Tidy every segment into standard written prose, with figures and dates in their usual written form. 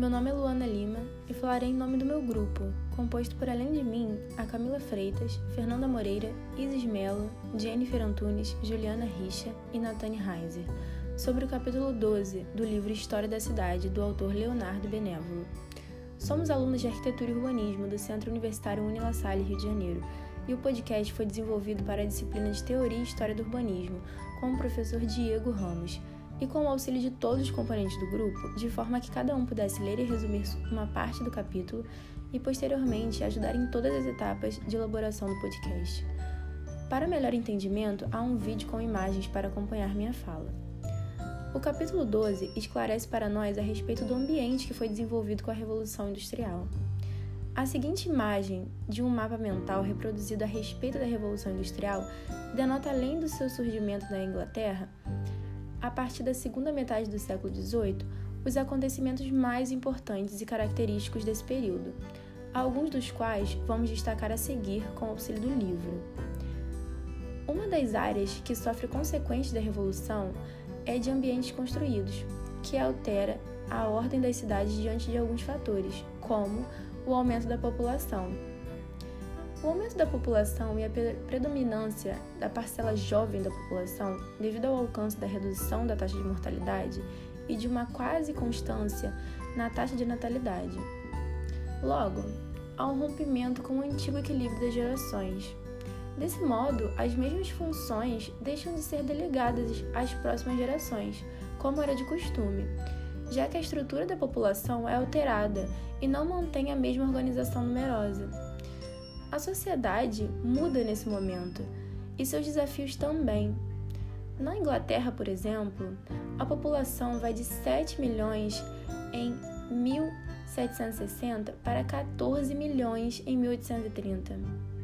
meu nome é Luana Lima e falarei em nome do meu grupo, composto por, além de mim, a Camila Freitas, Fernanda Moreira, Isis Mello, Jennifer Antunes, Juliana Richa e Natane Reiser, sobre o capítulo 12 do livro História da Cidade, do autor Leonardo Benévolo. Somos alunos de Arquitetura e Urbanismo do Centro Universitário Unila Salle, Rio de Janeiro, e o podcast foi desenvolvido para a disciplina de Teoria e História do Urbanismo, com o professor Diego Ramos, e com o auxílio de todos os componentes do grupo, de forma que cada um pudesse ler e resumir uma parte do capítulo e, posteriormente, ajudar em todas as etapas de elaboração do podcast. Para melhor entendimento, há um vídeo com imagens para acompanhar minha fala. O capítulo 12 esclarece para nós a respeito do ambiente que foi desenvolvido com a Revolução Industrial. A seguinte imagem de um mapa mental reproduzido a respeito da Revolução Industrial denota, além do seu surgimento na Inglaterra, a partir da segunda metade do século XVIII, os acontecimentos mais importantes e característicos desse período, alguns dos quais vamos destacar a seguir com o auxílio do livro. Uma das áreas que sofre consequências da Revolução é de ambientes construídos, que altera a ordem das cidades diante de alguns fatores, como o aumento da população. O aumento da população e a predominância da parcela jovem da população, devido ao alcance da redução da taxa de mortalidade e de uma quase constância na taxa de natalidade. Logo, há um rompimento com o antigo equilíbrio das gerações. Desse modo, as mesmas funções deixam de ser delegadas às próximas gerações, como era de costume, já que a estrutura da população é alterada e não mantém a mesma organização numerosa. A sociedade muda nesse momento, e seus desafios também. Na Inglaterra, por exemplo, a população vai de 7 milhões em 1760 para 14 milhões em 1830.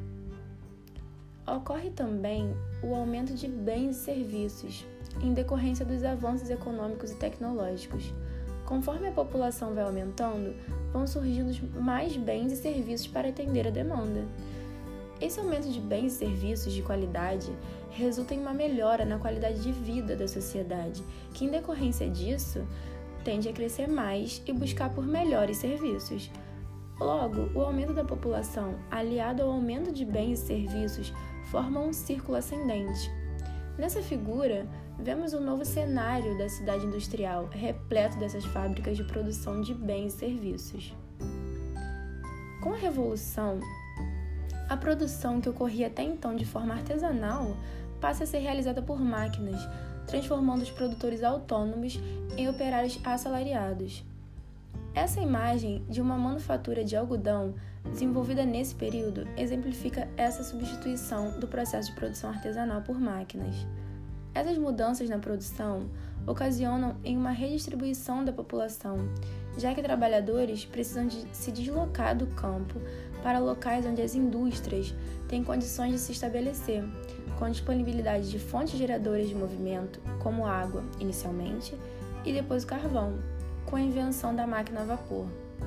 Ocorre também o aumento de bens e serviços, em decorrência dos avanços econômicos e tecnológicos. Conforme a população vai aumentando, vão surgindo mais bens e serviços para atender a demanda. Esse aumento de bens e serviços de qualidade resulta em uma melhora na qualidade de vida da sociedade, que, em decorrência disso, tende a crescer mais e buscar por melhores serviços. Logo, o aumento da população, aliado ao aumento de bens e serviços, forma um círculo ascendente. Nessa figura, vemos um novo cenário da cidade industrial, repleto dessas fábricas de produção de bens e serviços. Com a Revolução, a produção que ocorria até então de forma artesanal passa a ser realizada por máquinas, transformando os produtores autônomos em operários assalariados. Essa imagem de uma manufatura de algodão desenvolvida nesse período exemplifica essa substituição do processo de produção artesanal por máquinas. Essas mudanças na produção ocasionam em uma redistribuição da população, já que trabalhadores precisam de se deslocar do campo para locais onde as indústrias têm condições de se estabelecer, com disponibilidade de fontes geradoras de movimento, como água, inicialmente, e depois o carvão, com a invenção da máquina a vapor.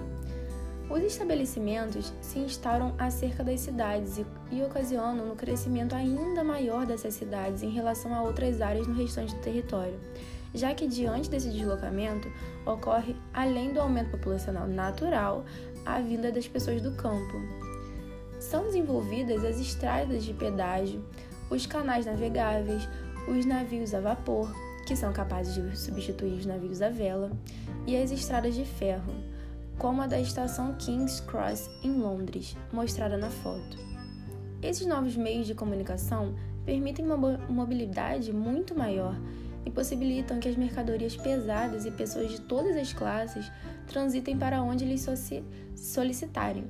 Os estabelecimentos se instauram acerca das cidades e ocasionam no crescimento ainda maior dessas cidades em relação a outras áreas no restante do território, já que diante desse deslocamento ocorre, além do aumento populacional natural, a vinda das pessoas do campo. São desenvolvidas as estradas de pedágio, os canais navegáveis, os navios a vapor, que são capazes de substituir os navios a vela, e as estradas de ferro, como a da estação King's Cross em Londres, mostrada na foto. Esses novos meios de comunicação permitem uma mobilidade muito maior e possibilitam que as mercadorias pesadas e pessoas de todas as classes transitem para onde eles solicitarem.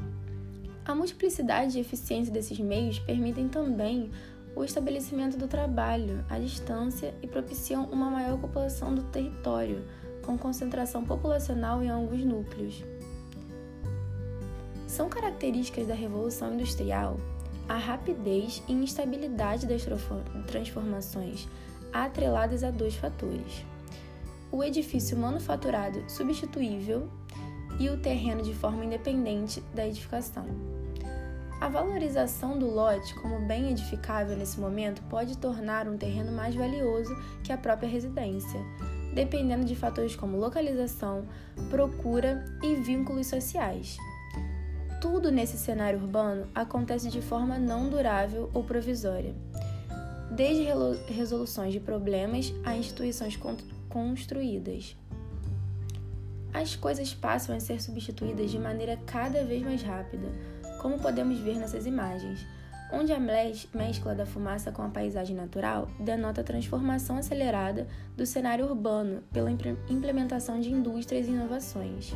A multiplicidade e eficiência desses meios permitem também o estabelecimento do trabalho à distância e propiciam uma maior ocupação do território, com concentração populacional em alguns núcleos. São características da Revolução Industrial a rapidez e instabilidade das transformações, atreladas a dois fatores: o edifício manufaturado substituível e o terreno de forma independente da edificação. A valorização do lote como bem edificável nesse momento pode tornar um terreno mais valioso que a própria residência, dependendo de fatores como localização, procura e vínculos sociais. Tudo nesse cenário urbano acontece de forma não durável ou provisória, desde resoluções de problemas a instituições construídas. As coisas passam a ser substituídas de maneira cada vez mais rápida, como podemos ver nessas imagens, onde a mescla da fumaça com a paisagem natural denota a transformação acelerada do cenário urbano pela implementação de indústrias e inovações.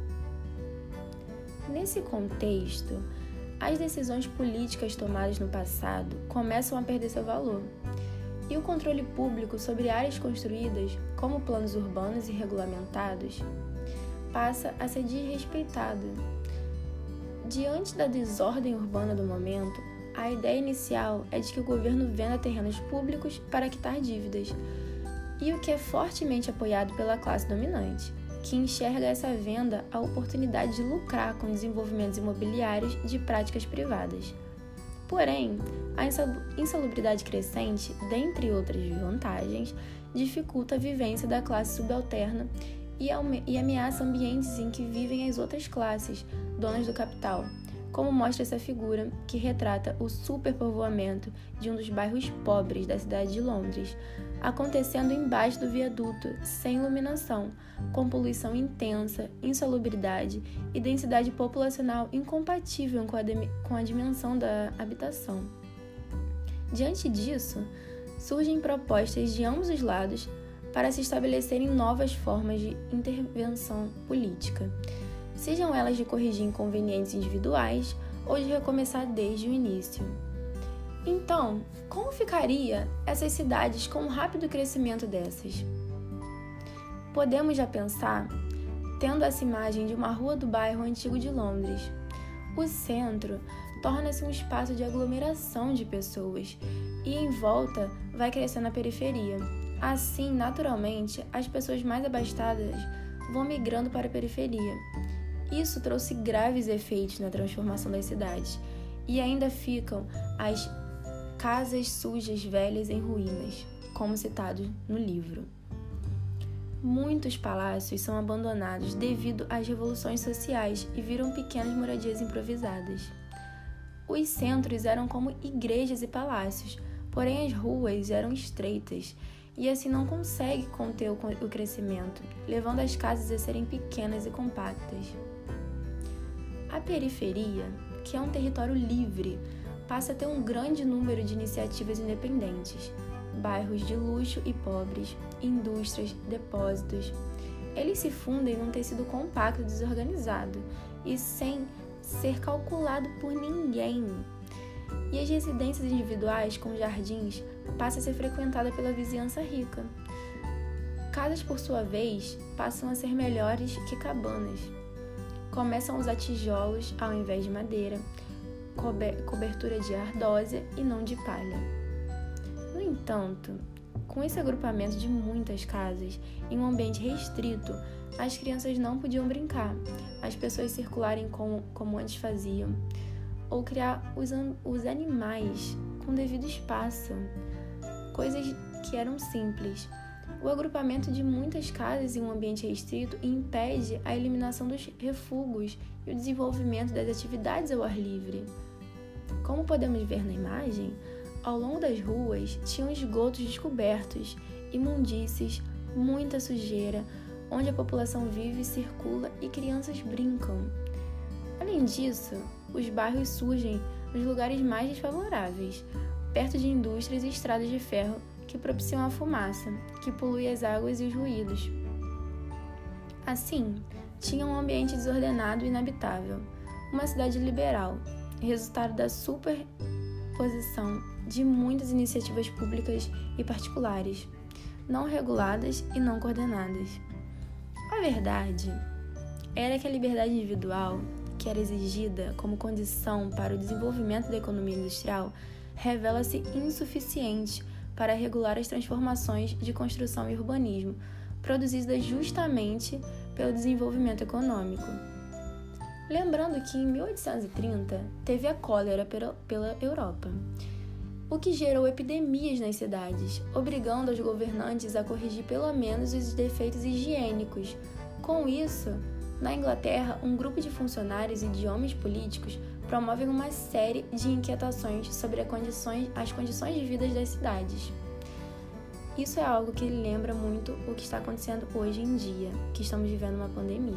Nesse contexto, as decisões políticas tomadas no passado começam a perder seu valor, e o controle público sobre áreas construídas, como planos urbanos e regulamentados, passa a ser desrespeitado. Diante da desordem urbana do momento, a ideia inicial é de que o governo venda terrenos públicos para quitar dívidas, e o que é fortemente apoiado pela classe dominante, que enxerga essa venda a oportunidade de lucrar com desenvolvimentos imobiliários de práticas privadas. Porém, a insalubridade crescente, dentre outras vantagens, dificulta a vivência da classe subalterna e ameaça ambientes em que vivem as outras classes, donas do capital, como mostra essa figura que retrata o superpovoamento de um dos bairros pobres da cidade de Londres, acontecendo embaixo do viaduto, sem iluminação, com poluição intensa, insalubridade e densidade populacional incompatível com a dimensão da habitação. Diante disso, surgem propostas de ambos os lados para se estabelecerem novas formas de intervenção política, sejam elas de corrigir inconvenientes individuais ou de recomeçar desde o início. Então, como ficaria essas cidades com o rápido crescimento dessas? Podemos já pensar, tendo essa imagem de uma rua do bairro antigo de Londres. O centro torna-se um espaço de aglomeração de pessoas e em volta vai crescendo a periferia. Assim, naturalmente, as pessoas mais abastadas vão migrando para a periferia. Isso trouxe graves efeitos na transformação das cidades e ainda ficam as casas sujas velhas em ruínas, como citado no livro. Muitos palácios são abandonados devido às revoluções sociais e viram pequenas moradias improvisadas. Os centros eram como igrejas e palácios, porém as ruas eram estreitas e assim não consegue conter o crescimento, levando as casas a serem pequenas e compactas. A periferia, que é um território livre, passa a ter um grande número de iniciativas independentes, bairros de luxo e pobres, indústrias, depósitos. Eles se fundem num tecido compacto e desorganizado e sem ser calculado por ninguém. E as residências individuais com jardins passam a ser frequentadas pela vizinhança rica. Casas, por sua vez, passam a ser melhores que cabanas. Começam a usar tijolos ao invés de madeira, cobertura de ardósia e não de palha. No entanto, com esse agrupamento de muitas casas em um ambiente restrito, as crianças não podiam brincar, as pessoas circularem como antes faziam, ou criar os animais com devido espaço, coisas que eram simples. O agrupamento de muitas casas em um ambiente restrito impede a eliminação dos refugos e o desenvolvimento das atividades ao ar livre. Como podemos ver na imagem, ao longo das ruas tinham esgotos descobertos, imundícies, muita sujeira, onde a população vive, circula e crianças brincam. Além disso, os bairros surgem nos lugares mais desfavoráveis, perto de indústrias e estradas de ferro que propiciam a fumaça, que polui as águas e os ruídos. Assim, tinha um ambiente desordenado e inabitável, uma cidade liberal, resultado da superposição de muitas iniciativas públicas e particulares, não reguladas e não coordenadas. A verdade era que a liberdade individual, que era exigida como condição para o desenvolvimento da economia industrial, revela-se insuficiente para regular as transformações de construção e urbanismo, produzidas justamente pelo desenvolvimento econômico. Lembrando que em 1830 teve a cólera pela Europa. o que gerou epidemias nas cidades, obrigando os governantes a corrigir pelo menos os defeitos higiênicos. Com isso, na Inglaterra, um grupo de funcionários e de homens políticos promovem uma série de inquietações sobre as condições de vida das cidades. Isso é algo que lembra muito o que está acontecendo hoje em dia, que estamos vivendo uma pandemia.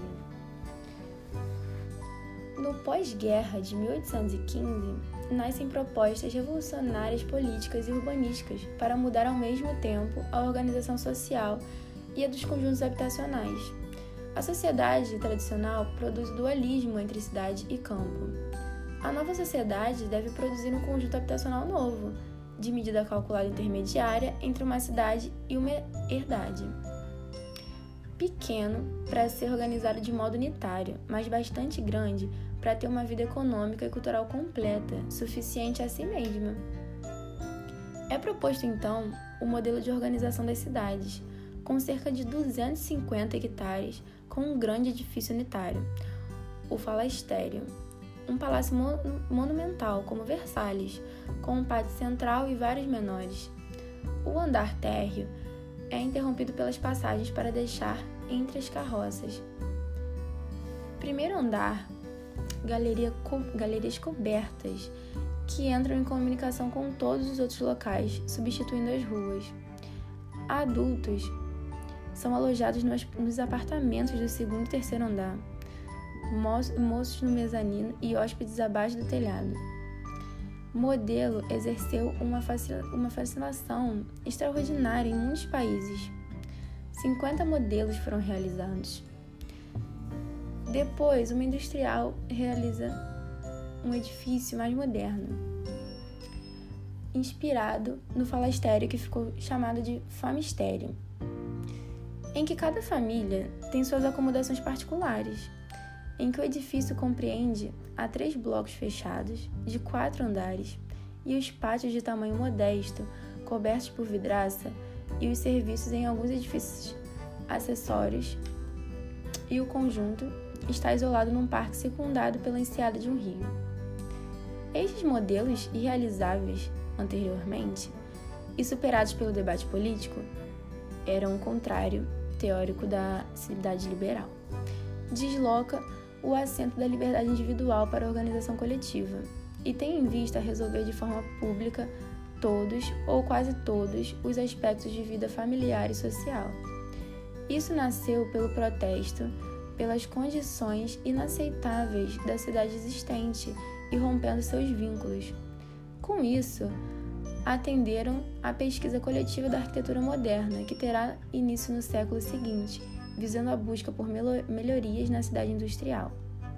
No pós-guerra de 1815, nascem propostas revolucionárias políticas e urbanísticas para mudar ao mesmo tempo a organização social e a dos conjuntos habitacionais. A sociedade tradicional produz o dualismo entre cidade e campo. A nova sociedade deve produzir um conjunto habitacional novo, de medida calculada intermediária entre uma cidade e uma herdade. Pequeno para ser organizado de modo unitário, mas bastante grande para ter uma vida econômica e cultural completa, suficiente a si mesma. É proposto, então, o modelo de organização das cidades, com cerca de 250 hectares, com um grande edifício unitário, o falastério, um palácio monumental, como Versalhes, com um pátio central e vários menores. O andar térreo é interrompido pelas passagens para deixar entre as carroças. Primeiro andar, galerias cobertas, que entram em comunicação com todos os outros locais, substituindo as ruas. Adultos são alojados nos apartamentos do segundo e terceiro andar, moços no mezanino e hóspedes abaixo do telhado. Modelo exerceu uma fascinação extraordinária em muitos países. 50 modelos foram realizados. Depois, uma industrial realiza um edifício mais moderno, inspirado no falastério, que ficou chamado de famistério, em que cada família tem suas acomodações particulares, em que o edifício compreende a 3 blocos fechados, de 4 andares, e os pátios de tamanho modesto, cobertos por vidraça, e os serviços em alguns edifícios acessórios, e o conjunto está isolado num parque circundado pela enseada de um rio. Estes modelos irrealizáveis anteriormente e superados pelo debate político eram o contrário teórico da cidade liberal. Desloca o assento da liberdade individual para a organização coletiva e tem em vista resolver de forma pública todos ou quase todos os aspectos de vida familiar e social. Isso nasceu pelo protesto pelas condições inaceitáveis da cidade existente e rompendo seus vínculos. Com isso, atenderam à pesquisa coletiva da arquitetura moderna, que terá início no século seguinte, visando a busca por melhorias na cidade industrial.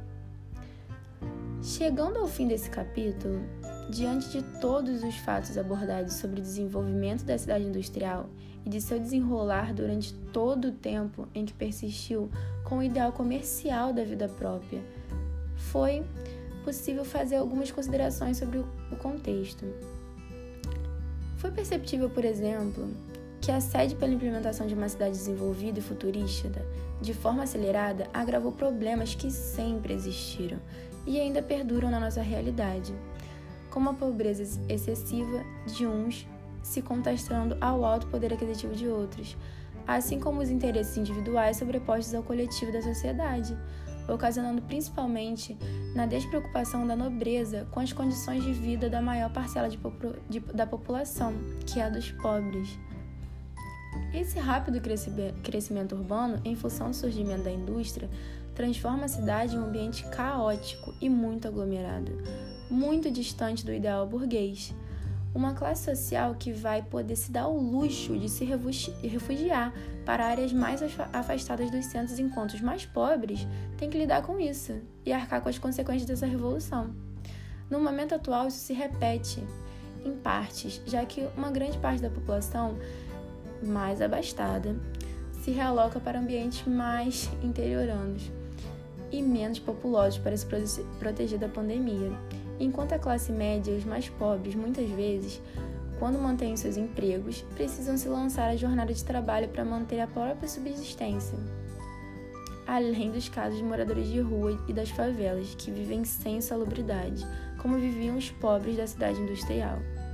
Chegando ao fim desse capítulo, diante de todos os fatos abordados sobre o desenvolvimento da cidade industrial e de seu desenrolar durante todo o tempo em que persistiu com o ideal comercial da vida própria, foi possível fazer algumas considerações sobre o contexto. Foi perceptível, por exemplo, que a sede pela implementação de uma cidade desenvolvida e futurista, de forma acelerada, agravou problemas que sempre existiram e ainda perduram na nossa realidade, como a pobreza excessiva de uns se contrastando ao alto poder aquisitivo de outros, assim como os interesses individuais sobrepostos ao coletivo da sociedade, ocasionando principalmente na despreocupação da nobreza com as condições de vida da maior parcela da população, que é a dos pobres. Esse rápido crescimento urbano, em função do surgimento da indústria, transforma a cidade em um ambiente caótico e muito aglomerado, muito distante do ideal burguês. Uma classe social que vai poder se dar o luxo de se refugiar para áreas mais afastadas dos centros, enquanto os mais pobres têm que lidar com isso e arcar com as consequências dessa revolução. No momento atual, isso se repete em partes, já que uma grande parte da população mais abastada se realoca para ambientes mais interioranos e menos populosos para se proteger da pandemia. Enquanto a classe média e os mais pobres, muitas vezes, quando mantêm seus empregos, precisam se lançar à jornada de trabalho para manter a própria subsistência. Além dos casos de moradores de rua e das favelas, que vivem sem salubridade, como viviam os pobres da cidade industrial.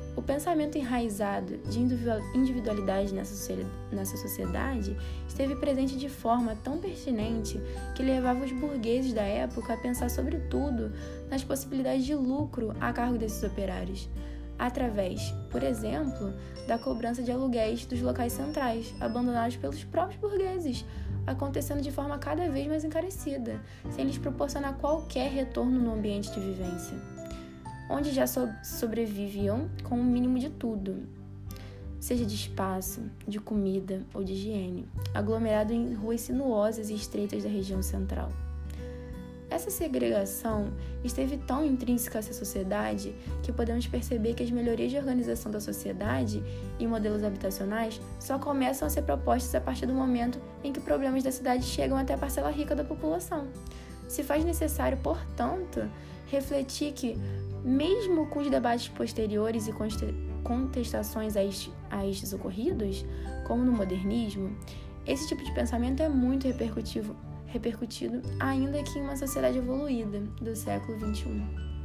O pensamento enraizado de individualidade nessa sociedade esteve presente de forma tão pertinente que levava os burgueses da época a pensar sobretudo nas possibilidades de lucro a cargo desses operários, através, por exemplo, da cobrança de aluguéis dos locais centrais, abandonados pelos próprios burgueses, acontecendo de forma cada vez mais encarecida, sem lhes proporcionar qualquer retorno no ambiente de vivência, onde já sobreviviam com o mínimo de tudo, seja de espaço, de comida ou de higiene, aglomerado em ruas sinuosas e estreitas da região central. Essa segregação esteve tão intrínseca a essa sociedade que podemos perceber que as melhorias de organização da sociedade e modelos habitacionais só começam a ser propostas a partir do momento em que problemas da cidade chegam até a parcela rica da população. Se faz necessário, portanto, refletir que, mesmo com os debates posteriores e contestações a estes ocorridos, como no modernismo, esse tipo de pensamento é muito repercutido, ainda que em uma sociedade evoluída do século XXI.